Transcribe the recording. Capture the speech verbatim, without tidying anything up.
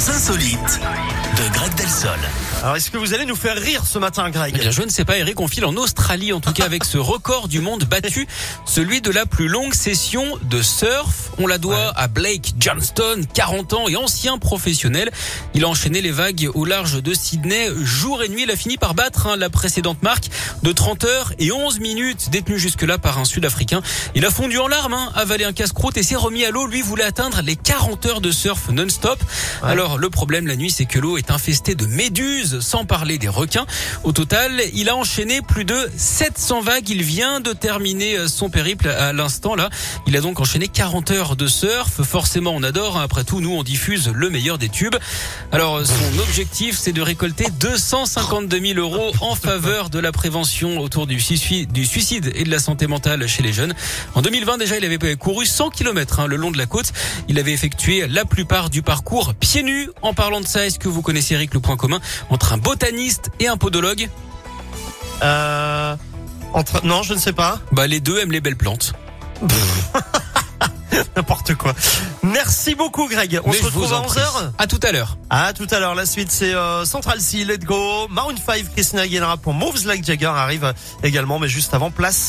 insolites de Greg Delsol. Alors, est-ce que vous allez nous faire rire ce matin, Greg ? Eh bien, je ne sais pas, Eric, on file en Australie, en tout cas, avec ce record du monde battu, celui de la plus longue session de surf. On la doit ouais. à Blake Johnston, quarante ans et ancien professionnel. Il a enchaîné les vagues au large de Sydney jour et nuit. Il a fini par battre hein, la précédente marque de trente heures et onze minutes, détenue jusque-là par un Sud-Africain. Il a fondu en larmes, hein, avalé un casse-croûte et s'est remis à l'eau. Lui voulait atteindre les quarante heures de surf non-stop. Ouais. Alors, le problème la nuit, c'est que l'eau est infestée de méduses, sans parler des requins. Au total, il a enchaîné plus de sept cents vagues. Il vient de terminer son périple à l'instant là. Il a donc enchaîné quarante heures de surf. Forcément, on adore. Après tout, nous, on diffuse le meilleur des tubes. Alors, son objectif, c'est de récolter deux cent cinquante-deux mille euros en faveur de la prévention autour du suicide et de la santé mentale chez les jeunes. En deux mille vingt, déjà, il avait couru cent kilomètres hein, le long de la côte. Il avait effectué la plupart du parcours pieds nus. En parlant de ça, est-ce que vous connaissez, Eric, le point commun entre un botaniste et un podologue? Euh... Entre... Non, je ne sais pas. Bah, les deux aiment les belles plantes. N'importe quoi. Merci beaucoup, Greg. On Mais se retrouve à onze heures. À tout à l'heure. À tout à l'heure. La suite, c'est euh, Central C, Let Go. Maroon five, Christina Aguilera pour Moves Like Jagger arrive également, mais juste avant, place